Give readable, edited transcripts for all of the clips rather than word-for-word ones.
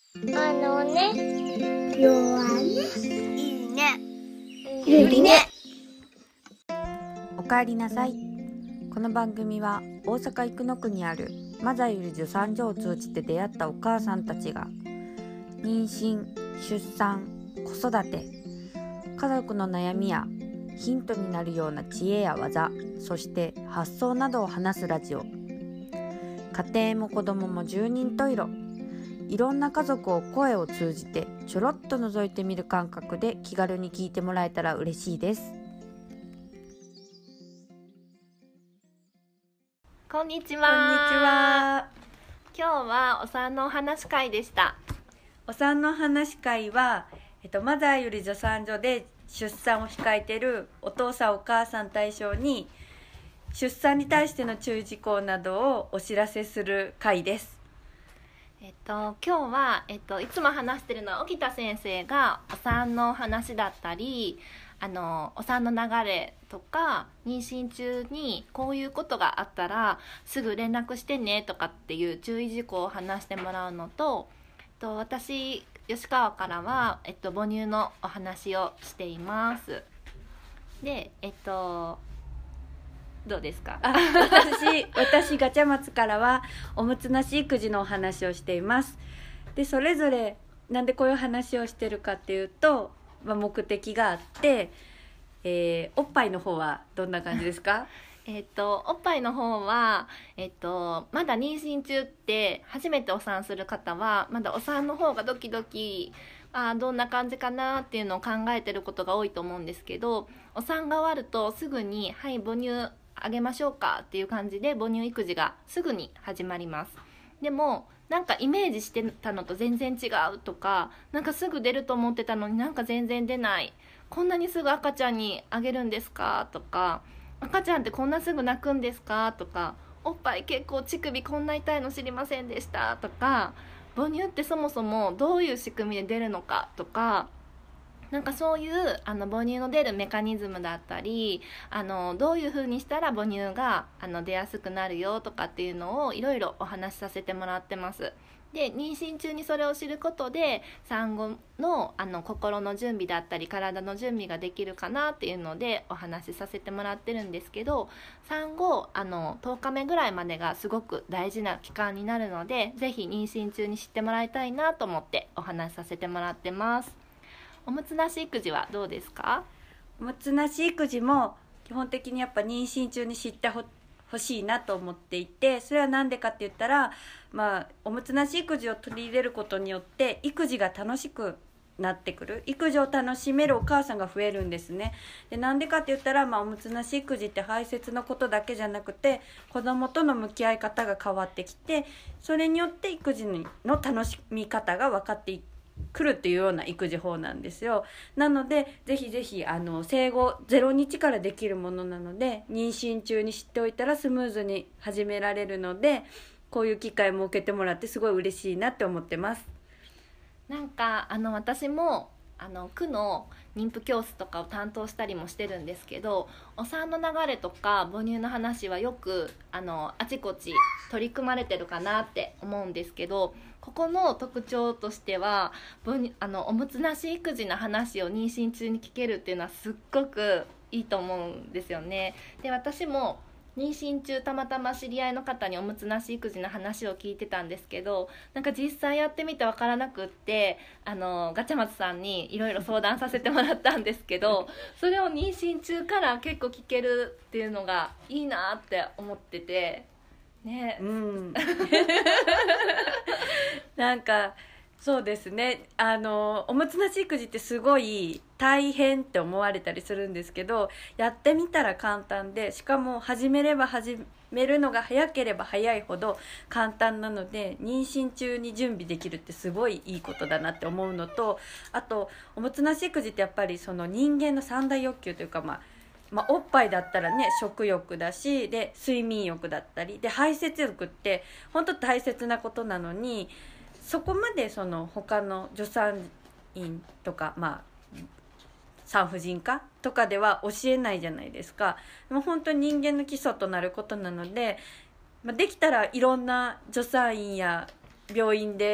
弱ね。いいね。ゆりね。 おかえりなさい。この番組は大阪生野区にあるマザユル助産所を通じて出会ったお母さんたちが妊娠、出産、子育て、家族の悩みやヒントになるような知恵や技、そして発想などを話すラジオ。家庭も子供も十人十色、いろんな家族を声を通じてちょろっと覗いてみる感覚で気軽に聞いてもらえたら嬉しいです。 こんにちは。 こんにちは。 今日はお産のお話会でした。 お産の話会は、マザーより助産所で出産を控えているお父さんお母さん対象に出産に対しての注意事項などをお知らせする会です。 今日は、いつも話してるのは沖田先生がお産の話だったりお産の流れとか妊娠中にこういうことがあったらすぐ連絡してねとかっていう注意事項を話してもらうのと、私吉川からは、母乳のお話をしています。でどうですか？ 私ガチャマツからはおむつなし育児のお話をしています。でそれぞれなんでこういう話をしてるかっていうと、目的があって、おっぱいの方はどんな感じですか？ おっぱいの方は、まだ妊娠中って初めてお産する方はまだお産の方がドキドキどんな感じかなっていうのを考えてることが多いと思うんですけど、お産が終わるとすぐにはい母乳あげましょうかっていう感じで母乳育児がすぐに始まります。でもなんかイメージしてたのと全然違うとか、なんかすぐ出ると思ってたのになんか全然出ない、こんなにすぐ赤ちゃんにあげるんですかとか、赤ちゃんってこんなすぐ泣くんですかとか、おっぱい結構乳首こんな痛いの知りませんでしたとか、母乳ってそもそもどういう仕組みで出るのかとか、なんかそういう母乳の出るメカニズムだったりどういう風にしたら母乳が出やすくなるよとかっていうのをいろいろお話しさせてもらってます。で妊娠中にそれを知ることで産後の心の準備だったり体の準備ができるかなっていうのでお話しさせてもらってるんですけど、産後10日目ぐらいまでがすごく大事な期間になるので、ぜひ妊娠中に知ってもらいたいなと思ってお話しさせてもらってます。おむつなし育児はどうですか？ おむつなし育児も基本的にやっぱ妊娠中に知ってほしいなと思っていて、それは何でかって言ったら、おむつなし育児を取り入れることによって育児が楽しくなってくる、育児を楽しめるお母さんが増えるんですね。でなんでかって言ったら、おむつなし育児って排泄のことだけじゃなくて子供との向き合い方が変わってきて、それによって育児の楽しみ方が分かってくるっていうような育児法なんですよ。なのでぜひぜひ生後0日からできるものなので、妊娠中に知っておいたらスムーズに始められるので、こういう機会を設けてもらってすごい嬉しいなって思ってます。 なんか私も区の妊婦教室とかを担当したりもしてるんですけど、お産の流れとか母乳の話はよくあちこち取り組まれてるかなって思うんですけど、ここの特徴としてはおむつなし育児の話を妊娠中に聞けるっていうのはすっごくいいと思うんですよね。で私も妊娠中たまたま知り合いの方におむつなし育児の話を聞いてたんですけど、なんか実際やってみて分からなくってガチャマツさんにいろいろ相談させてもらったんですけど、それを妊娠中から結構聞けるっていうのがいいなって思っててね。 なんかそうですね、おむつなし育児ってすごい大変って思われたりするんですけど、やってみたら簡単で、しかも始めれば始めるのが早ければ早いほど簡単なので、妊娠中に準備できるってすごいいいことだなって思うのと、あとおむつなし育児ってやっぱりその人間の三大欲求というか、おっぱいだったらね食欲だし、で睡眠欲だったりで排泄欲って本当大切なことなのに、そこまでその他の助産院とか、産婦人科とかでは教えないじゃないですか。もう本当に人間の基礎となることなので、できたらいろんな助産院や病院で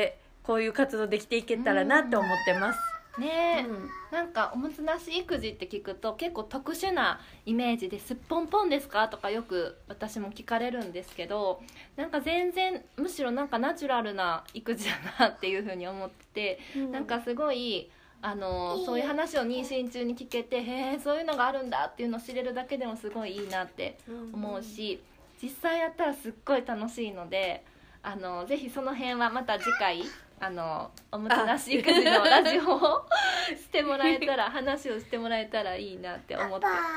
こういう活動できていけたらなって思ってます。 ねえ、なんかおもつなし育児って聞くと結構特殊なイメージで、すっぽんぽんですかとかよく私も聞かれるんですけど、なんか全然むしろなんかナチュラルな育児だなっていうふうに思ってて、なんかすごいそういう話を妊娠中に聞けて、へえそういうのがあるんだっていうのを知れるだけでもすごいいいなって思うし、実際やったらすっごい楽しいので、ぜひその辺はまた次回おむつなし育児のラジオをしてもらえたら話をしてもらえたらいいなって思ってます。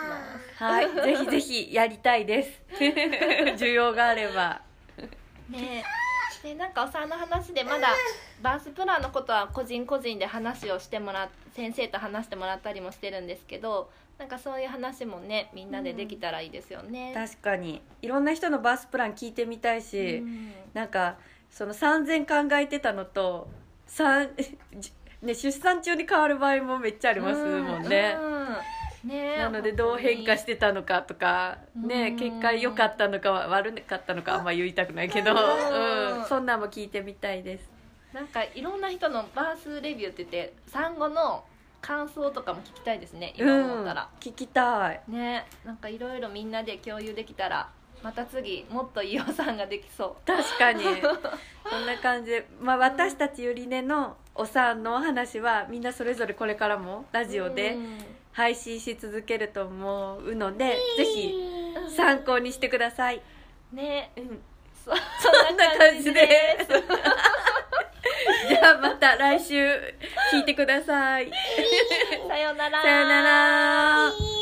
はい、ぜひぜひやりたいです需要があればね。でなんかお産の話でまだバースプランのことは個人個人で話をしてもらっ先生と話してもらったりもしてるんですけど、なんかそういう話もねみんなでできたらいいですよね。 確かにいろんな人のバースプラン聞いてみたいし、なんかその産前考えてたのとね、出産中に変わる場合もめっちゃありますもんね。 ね、 なのでどう変化してたのかとか、ね、結果良かったのか悪かったのかあんま言いたくないけど、そんなんも聞いてみたいです。 なんかいろんな人のバースレビューって言って産後の感想とかも聞きたいですね、今思ったら、 聞きたいね。なんかいろいろみんなで共有できたらまた次もっといいお産ができそう。 確かにそんな感じで、私たちゆりねのお産のお話はみんなそれぞれこれからもラジオで配信し続けると思うので、ぜひ参考にしてくださいね。 そんな感じですじゃあまた来週聞いてくださいさようなら。 さようなら。